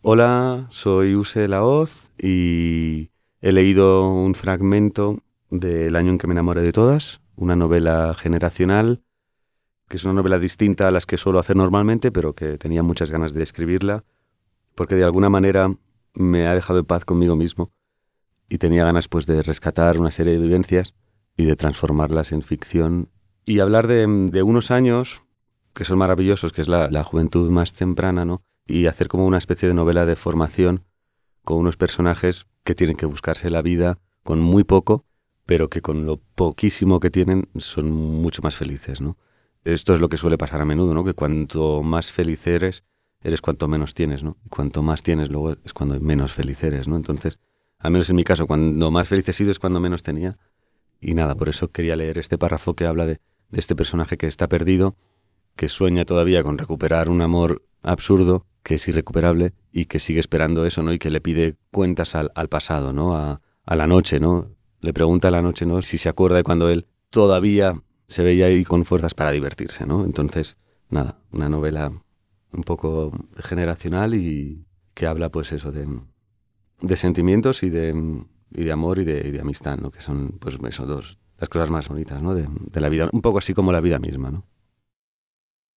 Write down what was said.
Hola, soy Use Laoz y he leído un fragmento del año en que me enamoré de todas, una novela generacional, que es una novela distinta a las que suelo hacer normalmente, pero que tenía muchas ganas de escribirla, porque de alguna manera me ha dejado en paz conmigo mismo y tenía ganas pues de rescatar una serie de vivencias y de transformarlas en ficción y hablar de unos años que son maravillosos, que es la juventud más temprana, ¿no? Y hacer como una especie de novela de formación con unos personajes que tienen que buscarse la vida con muy poco, pero que con lo poquísimo que tienen son mucho más felices, ¿no? Esto es lo que suele pasar a menudo, ¿no? Que cuanto más feliz eres cuanto menos tienes, ¿no? Y cuanto más tienes luego es cuando menos feliz eres, ¿no? Entonces, al menos en mi caso, cuando más feliz he sido es cuando menos tenía. Y nada, por eso quería leer este párrafo que habla de este personaje que está perdido, que sueña todavía con recuperar un amor absurdo, que es irrecuperable y que sigue esperando eso, ¿no? Y que le pide cuentas al pasado, ¿no? A la noche, ¿no? Le pregunta a la noche, ¿no? Si se acuerda de cuando él todavía se veía ahí con fuerzas para divertirse, ¿no? Entonces, nada, una novela un poco generacional y que habla, pues eso, de sentimientos y de amor y de amistad, ¿no? Que son, pues eso, las cosas más bonitas, ¿no? De la vida, un poco así como la vida misma, ¿no?